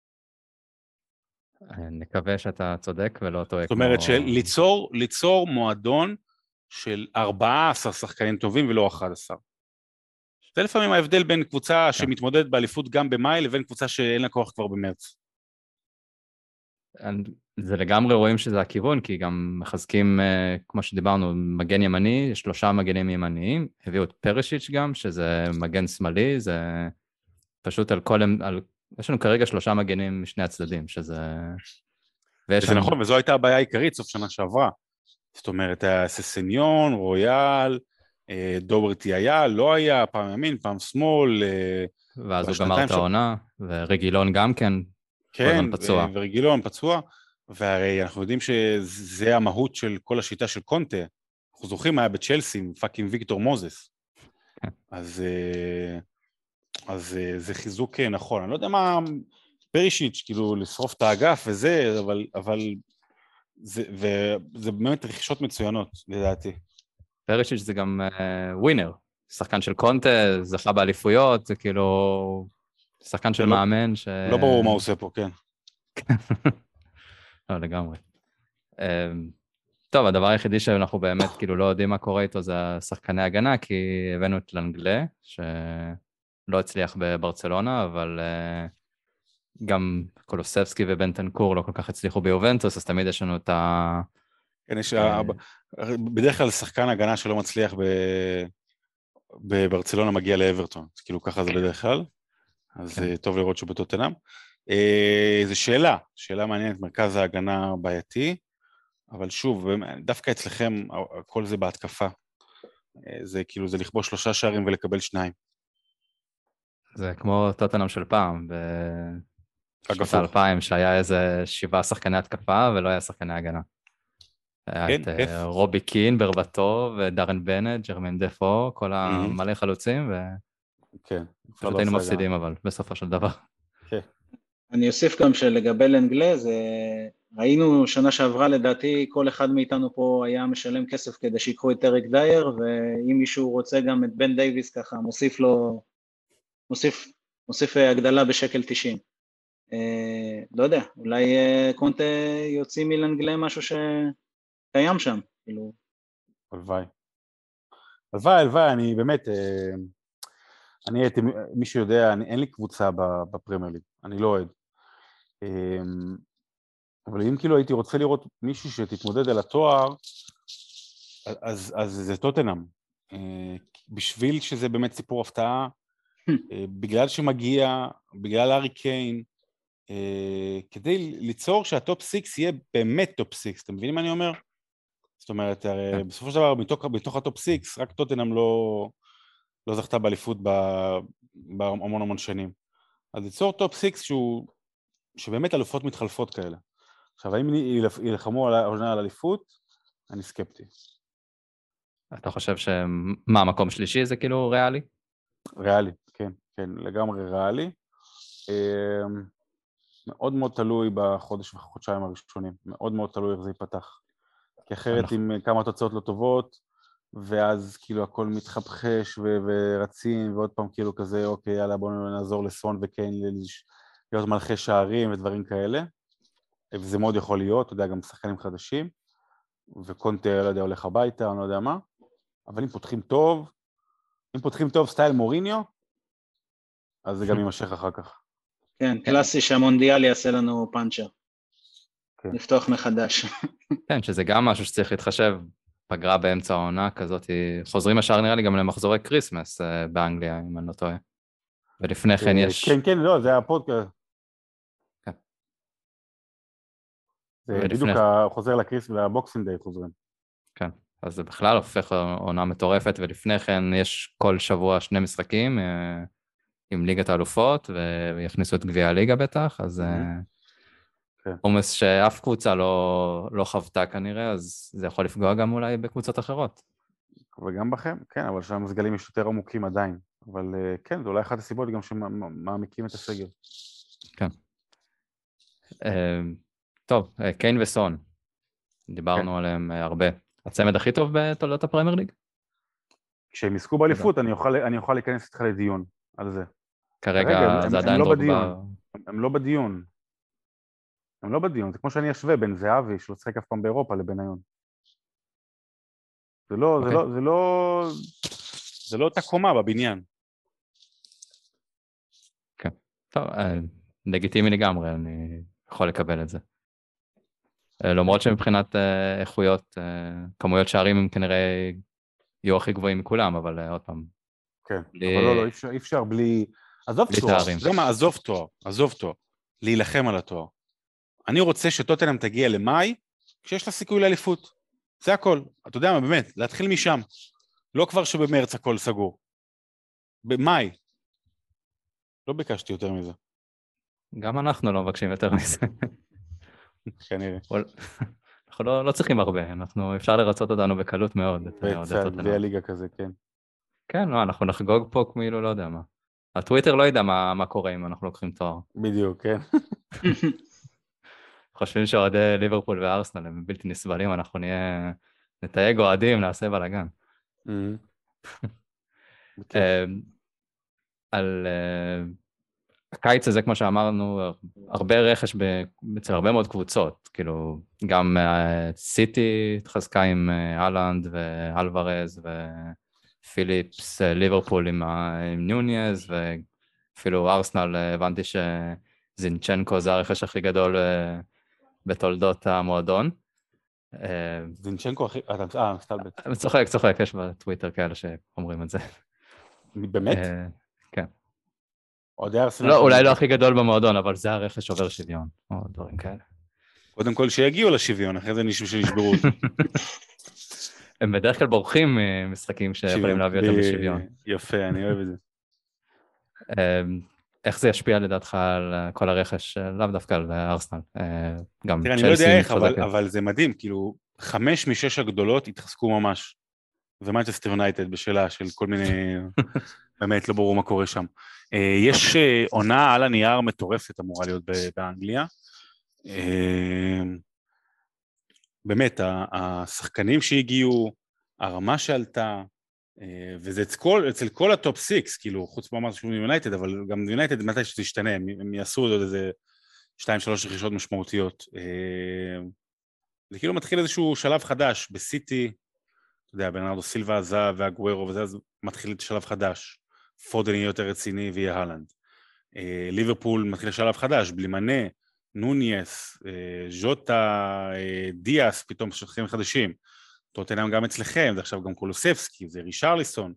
נקווה שאתה צודק ולא טועה. זאת אומרת, ליצור מועדון של 14 שחקנים טובים ולא 11. זה לפעמים ההבדל בין קבוצה שמתמודדת באליפות גם במאי, לבין קבוצה שאין לה כוח כבר במרץ. זה לגמרי רואים שזה הכיוון, כי גם מחזקים, כמו שדיברנו, מגן ימני, 3 מגנים ימניים, הביאו את פרשיץ' גם, שזה מגן שמאלי, זה פשוט יש לנו כרגע 3 מגנים משני הצדדים, שזה... וזה נכון, וזו הייתה הבעיה העיקרית סוף שנה שעברה. זאת אומרת, היה ססניון, רויאל, דוברטי היה, לא היה, פעם ימין, פעם שמאל. ואז הוא גמר את העונה, ורגילון גם כן, כן, ורגילון פצוע, והרי אנחנו יודעים שזה המהות של כל השיטה של קונטה. אנחנו זוכרים, היה בצ'לסי, פאקינג ויקטור מוזס. אז זה חיזוק נכון. אני לא יודע מה פרישיץ', כאילו, לשרוף את האגף וזה, אבל זה באמת רכישות מצוינות, לדעתי. פרישיץ' זה גם ווינר, שחקן של קונטה, זכה באליפויות, זה כאילו שחקן של מאמן. לא ברור מה הוא עושה פה, כן. לא, לגמרי. טוב, הדבר היחידי שאנחנו באמת כאילו לא יודעים מה קורה איתו זה שחקני הגנה, כי הבאנו את לנגלה, שלא הצליח בברצלונה, אבל גם קולוסבסקי ובנטנקור לא כל כך הצליחו ביובנטוס, אז תמיד יש לנו את ה... כן, בדרך כלל שחקן הגנה שלא מצליח בברצלונה מגיע לאברטון, כאילו ככה זה בדרך כלל, אז טוב לראות שהוא בטוטנהאם. זו שאלה מעניינת, מרכז ההגנה בעייתי, אבל שוב, דווקא אצלכם הכל זה בהתקפה, זה כאילו זה לכבוש 3 שערים ולקבל 2. זה כמו טוטנהאם של פעם, בשנות 2000, שהיה איזה 7 שחקני התקפה ולא היה שחקני הגנה. היה את רובי קין ברבטו, ודרן בנט, ג'רמן דפו, כל המלא חלוצים, ופשוט היינו מפסידים אבל, בסופו של דבר. אני אוסיף גם שלגבי לנגלה, ראינו שנה שעברה לדעתי, כל אחד מאיתנו פה היה משלם כסף כדי שיקחו את אריק דייר, ואם מישהו רוצה גם את בן דייביס ככה, מוסיף הגדלה בשקל 90. לא יודע, אולי קונטה יוצאים מלנגלה משהו שקיים שם, כאילו. הלוואי, אני באמת, מי שיודע, אין לי קבוצה בפרמייר ליג, אני לא אוהד. אבל אם כאילו הייתי רוצה לראות מישהו שתתמודד על התואר, אז זה טוטנהאם. בשביל שזה באמת סיפור הפתעה, בגלל שמגיע, בגלל הארי קיין, כדי ליצור שהטופ 6 יהיה באמת טופ 6, אתם מבינים מה אני אומר? זאת אומרת, בסופו של דבר, בתוך הטופ 6, רק טוטנהאם לא זכתה באליפות בהמון שנים. אז ליצור טופ 6 שהוא שבאמת אלופות מתחלפות כאלה. עכשיו, האם ילחמו על העונה על אליפות? אני סקפטי. אתה חושב שמה, המקום שלישי זה כאילו ריאלי? ריאלי, כן, כן, לגמרי ריאלי. מאוד מאוד תלוי בחודש וחודשיים הראשונים, מאוד מאוד תלוי איך זה ייפתח. כי אחרת עם כמה תוצאות לא טובות, ואז כאילו הכל מתחבחש ורצים, ועוד פעם כאילו כזה, אוקיי, יאללה, בואו נעזור לסון וקיין להיות מלכי שערים ודברים כאלה. וזה מאוד יכול להיות, אתה יודע, גם שחקנים חדשים, וקונטה, לא יודע, הולך הביתה, אני לא יודע מה, אבל אם פותחים טוב סטייל מוריניו, אז זה גם יימשך אחר כך. כן, קלאסי שהמונדיאל יעשה לנו פאנצ'ר. כן. לפתוח מחדש. כן, שזה גם משהו שצריך להתחשב, פגרה באמצע העונה כזאת, חוזרים השאר נראה לי גם למחזורי קריסמס באנגליה, אם אני לא טועה. ולפני כן יש... כן, כן, לא, זה הפודקאסט. כן. זה בדיוק חוזר לקריס והבוקסינג דיי חוזרים. כן, אז זה בכלל הופך עונה מטורפת, ולפני כן יש כל שבוע 2 משחקים עם ליגת האלופות, ויכניסו את גביע הליגה בטח, אז עומס שאף קבוצה לא חוותה כנראה, אז זה יכול לפגוע גם אולי בקבוצות אחרות. וגם בכם, כן, אבל שהמסגלים יש יותר עמוקים עדיין. אבל כן, זה אולי אחת הסיבות גם שמעמיקים את הסגל. כן. טוב, קיין וסון, דיברנו עליהם הרבה. הצמד הכי טוב בתולדות הפרמייר ליג? כשהם יזכו באליפות, אני אוכל להיכנס איתך לדיון על זה. כרגע זה עדיין דרוגבה. הם לא בדיון. הם לא בדיון, זה כמו שאני אשווה בין זהבי, שלא צחק אף פעם באירופה, לבין היום. זה לא אותה קומה בבניין. כן, טוב, לגיטימי לגמרי, אני יכול לקבל את זה. למרות שמבחינת איכויות, כמויות שערים הם כנראה יהיו הכי גבוהים מכולם, אבל עוד פעם. כן, אבל לא, אי אפשר בלי... עזוב תואר, זה מה, עזוב תואר, להילחם על התואר. אני רוצה שטוטנהאם תגיע למאי, כשיש לה סיכוי לאליפות. זה הכל. אתה יודע מה, באמת, להתחיל משם. לא כבר שבמרץ הכל סגור. במאי. לא ביקשתי יותר מזה. גם אנחנו לא מבקשים יותר מזה. כנראה. אנחנו לא צריכים הרבה, אפשר לרצות אותנו בקלות מאוד. בצד, בלי הליגה כזה, כן. כן, לא, אנחנו נחגוג פה כאילו, לא יודע מה. הטוויטר לא ידע מה קורה אם אנחנו לוקחים תואר. בדיוק, כן. חושבים שאוהדי ליברפול וארסנל הם בלתי נסבלים, אנחנו נתייג אוהדים, נעשה בלגן. על הקיץ הזה, כמו שאמרנו, הרבה רכש אצל הרבה מאוד קבוצות, כאילו גם סיטי התחזקה עם הלנד ואלוורז ופיליפס, ליברפול עם ניוניאז, ואפילו ארסנל, הבנתי שזינצ'נקו זה הרכש הכי גדול בתולדות המועדון. זינצ'נקו הכי... מסתלבט. צוחק, יש בטוויטר כאלה שאומרים את זה. באמת? כן. לא, אולי לא הכי גדול במועדון, אבל זה הרכש שובר שוויון, או דברים כאלה. קודם כל שיגיעו לשוויון, אחרי זה שנשברו אותי. הם בדרך כלל בורחים משחקים שיכולים להביא אותם לשוויון. יפה, אני אוהב את זה. איך זה ישפיע לדעתך על כל הרכש, לאו דווקא על ארסנל? תראה, אני לא יודע איך, אבל זה מדהים, כאילו, 5 מ-6 הגדולות התחזקו ממש. ומנצ'סטר יונייטד בשאלה של כל מיני, באמת לא ברור מה קורה שם. יש עונה על הנייר מטורפת אמורה להיות באנגליה. באמת, השחקנים שהגיעו, הרמה שעלתה, וזה אצל כל הטופ 6, כאילו, חוץ ממש של יונייטד, אבל גם יונייטד מתי שזה ישתנה, הם יעשו עוד איזה 2-3 רכישות משמעותיות. זה כאילו מתחיל איזשהו שלב חדש, בסיטי, אתה יודע, ברנרדו סילבה עזב והגוורו וזה, אז מתחיל שלב חדש. פודן יהיה יותר רציני ויהיה הלנד. ליברפול מתחיל שלב חדש, בלי מנה, נוניאס, ז'וטה, דיאס, פתאום שחקנים חדשים. טוטנהאם גם אצלכם, זה עכשיו גם קולוספסקי, זה רישרליסון.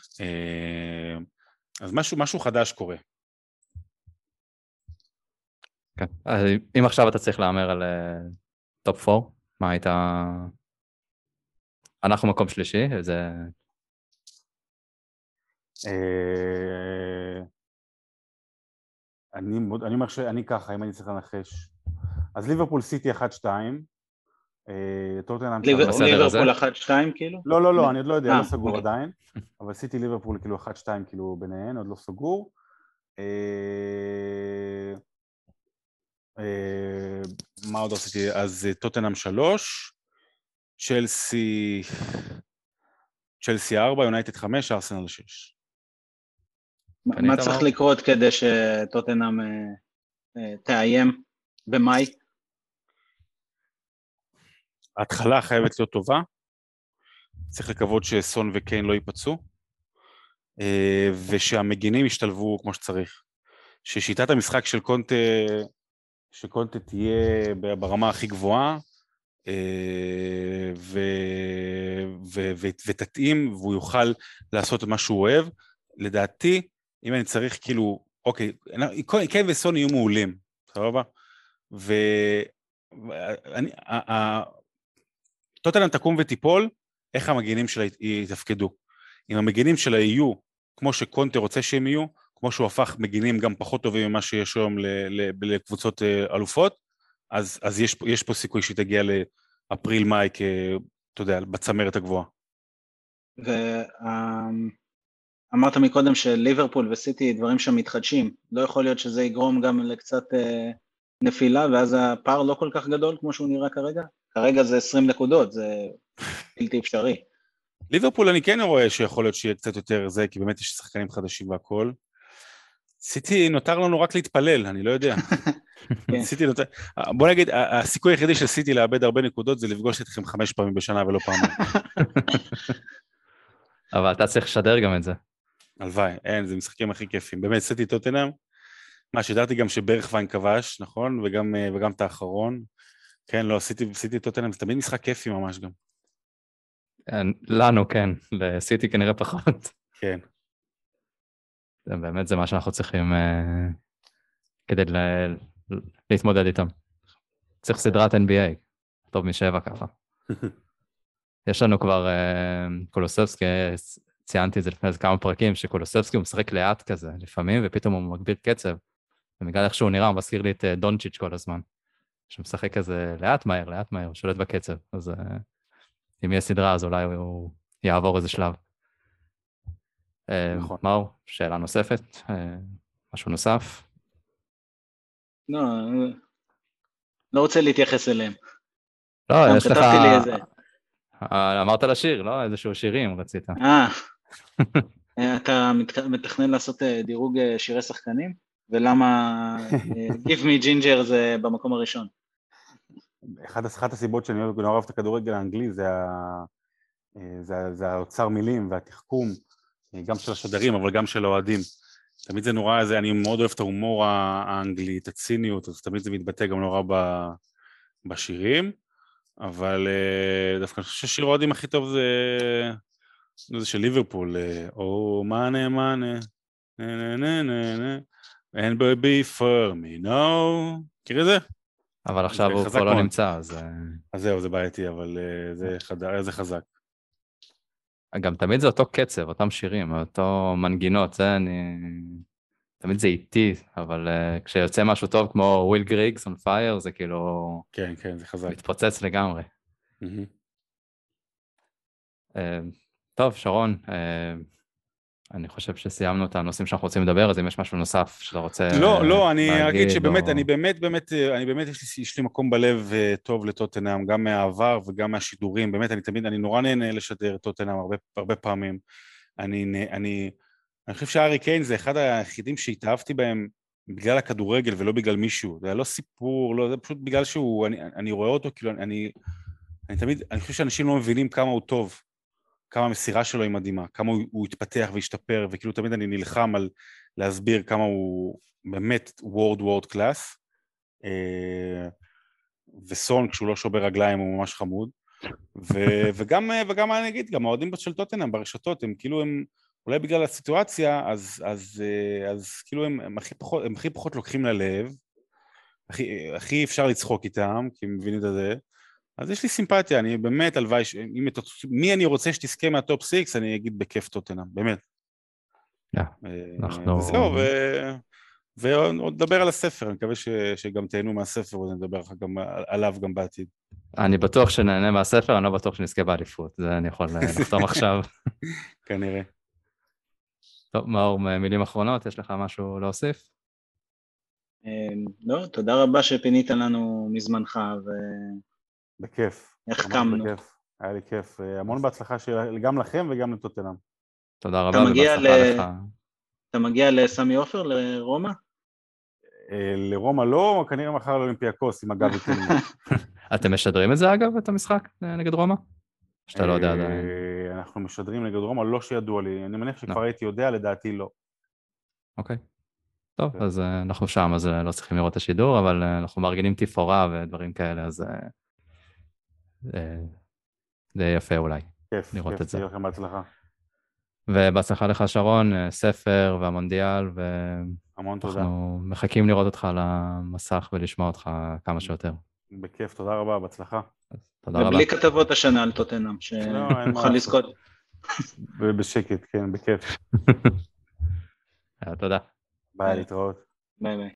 אז משהו חדש קורה. כן, אז אם עכשיו אתה צריך לאמר על טופ 4, מה היית... אנחנו מקום שלישי, זה... אני אומר שאני ככה, אם אני צריך לנחש. אז ליברפול סיטי 1-2, טוטנהאם 3. בסדר הזה? ליברפול 1-2 כאילו? לא, אני עוד לא יודע, לא סגור אוקיי. עדיין, אבל סיטי ליברפול כאילו 1-2 כאילו ביניהן, עוד לא סגור. מה עוד עשיתי? אז טוטנהאם 3, צ'לסי 4, יונייטד 5, ארסנל 6. מה צריך לקרות כדי שטוטנהאם תאיים במאי? ההתחלה חייבת להיות טובה, צריך לקוות שסון וקיין לא ייפצעו, ושהמגינים ישתלבו כמו שצריך. ששיטת המשחק של קונטה תהיה ברמה הכי גבוהה, ותתאים, והוא יוכל לעשות מה שהוא אוהב. לדעתי, אם אני צריך כאילו, אוקיי, קיין וסון יהיו מעולים, סבבה? טוטנהאם תקום ותיפול, איך המגינים שלה יתפקדו. אם המגינים שלה יהיו כמו שקונטה רוצה שהם יהיו, כמו שהוא הפך מגינים גם פחות טובים ממה שיש היום לקבוצות אלופות, אז יש פה סיכוי שתגיע לאפריל-מאי, אתה יודע, בצמרת הגבוהה. ואמרת מקודם שליברפול וסיטי דברים שם מתחדשים, לא יכול להיות שזה יגרום גם לקצת נפילה, ואז הפער לא כל כך גדול כמו שהוא נראה כרגע? כרגע זה 20 נקודות, זה בלתי אפשרי. ליברפול אני כן רואה שיכול להיות שיהיה קצת יותר זה, כי באמת יש שחקנים חדשים והכל. סיטי נותר לנו רק להתפלל, אני לא יודע. בוא נגיד, הסיכוי היחידי של סיטי לאבד הרבה נקודות זה לפגוש אתכם 5 פעמים בשנה ולא פעמיים. אבל אתה צריך לשדר גם את זה. הלוואי, אין, זה משחקים הכי כיפים. באמת, סיטי טוטנהאם, שידרתי גם שברכווין כבש, נכון? וגם את האחרון. כן, לא, סיטי טוטנהאם, זה תמיד משחק כיפי ממש גם. לנו, כן. לסיטי כנראה פחות. כן. באמת זה מה שאנחנו צריכים כדי להתמודד איתם. צריך סדרת NBA, טוב מ7 ככה. יש לנו כבר קולוסבסקי, ציינתי את זה לפני כמה פרקים, שקולוסבסקי הוא משחק לאט כזה, לפעמים, ופתאום הוא מגביר קצב, ובגלל איך שהוא נראה, הוא מזכיר לי את דונצ'יץ' כל הזמן, שמשחק כזה לאט מהר, שולט בקצב, אז אם יהיה סדרה, אז אולי הוא יעבור איזה שלב. נכון. מאור, שאלה נוספת, משהו נוסף? לא רוצה להתייחס אליהם. לא, יש לך... כתבתי לי איזה... אמרת לשיר, לא? איזשהו שירים רצית. אתה מתכנן לעשות דירוג שירי שחקנים? ולמה Give Me Ginger זה במקום הראשון? אחת הסיבות שאני נורא אוהב את הכדורגל האנגלי זה האוצר מילים והתחכום, גם של השדרים אבל גם של האוהדים. תמיד זה נורא, אני מאוד אוהב את ההומור האנגלי, את הציניות, אז תמיד זה מתבטא גם נורא בשירים, אבל דווקא אני חושב ששיר האוהדים הכי טוב זה של ליברפול, או מאנה, and baby for me, no, מכיר את זה? אבל עכשיו הוא כבר לא נמצא, אז זהו, זה בעייתי, אבל זה חזק. גם תמיד זה אותו קצב, אותם שירים, אותו מנגינות, תמיד זה איטי, אבל כשיוצא משהו טוב כמו וויל גריגס on fire, זה כאילו... כן, זה חזק. מתפוצץ לגמרי. טוב, שרון, אני חושב שסיימנו את הנושאים שאנחנו רוצים לדבר, אז אם יש משהו נוסף שאתה רוצה להגיד... לא, אני אגיד שבאמת, אני באמת יש לי מקום בלב טוב לטוטנהאם, גם מהעבר וגם מהשידורים, באמת, אני נורא נהנה לשדר טוטנהאם הרבה פעמים. אני חושב שהארי קיין זה אחד היחידים שהתאהבתי בהם בגלל הכדורגל ולא בגלל מישהו, זה לא סיפור, זה פשוט בגלל שהוא, אני רואה אותו, כאילו, אני חושב שאנשים לא מבינים כמה הוא טוב, כמה המסירה שלו היא מדהימה, כמה הוא התפתח והשתפר, וכאילו תמיד אני נלחם על להסביר כמה הוא באמת וורד קלאס, וסון כשהוא לא שובר רגליים הוא ממש חמוד, וגם אני אגיד, גם האוהדים של טוטנהאם ברשתות, הם כאילו הם, אולי בגלל הסיטואציה, אז כאילו הם הכי פחות לוקחים ללב, הכי אפשר לצחוק איתם, כי הם מבינים את זה, אז יש לי סימפתיה, אני באמת הלוואי, מי אני רוצה שתזכה מהטופ 6, אני אגיד בכיף טוטנהאם, באמת. וזהו, ועוד נדבר על הספר, אני מקווה שגם תהנו מהספר, ונדבר עליו גם בעתיד. אני בטוח שנהנה מהספר, אני לא בטוח שנזכה באליפות, זה אני יכול לחתום עכשיו. כנראה. טוב, מאור, מילים אחרונות, יש לך משהו להוסיף? לא, תודה רבה שפינית לנו מזמנך, בכיף. והחכמנו. היה לי כיף. המון בהצלחה גם לכם וגם לטוטנהאם. תודה רבה, ובהצלחה לך. אתה מגיע לסמי עופר, לרומא? לרומא לא, כנראה מחר לאולימפיאקוס עם הגב איתנו. אתם משדרים את זה אגב, את המשחק נגד רומא? שאתה לא יודע עדיין. אנחנו משדרים נגד רומא, לא שידוע לי. אני מניח שכבר הייתי יודע, לדעתי לא. אוקיי. טוב, אז אנחנו שם, אז לא צריכים לראות את השידור, אבל אנחנו מארגנים תפאורה ודברים כאלה, אז זה יפה אולי. כיף, לראות את זה. תהיה לכם בהצלחה. ובהצלחה לך שרון, ספר והמונדיאל, המון תודה. אנחנו מחכים לראות אותך על המסך ולשמוע אותך כמה שיותר. בכיף, תודה רבה, בהצלחה. תודה רבה. ובלי כתבות השנה על טוטנהאם, שנוכל לזכות. בשקט, כן, בכיף. תודה. ביי, להתראות. ביי ביי.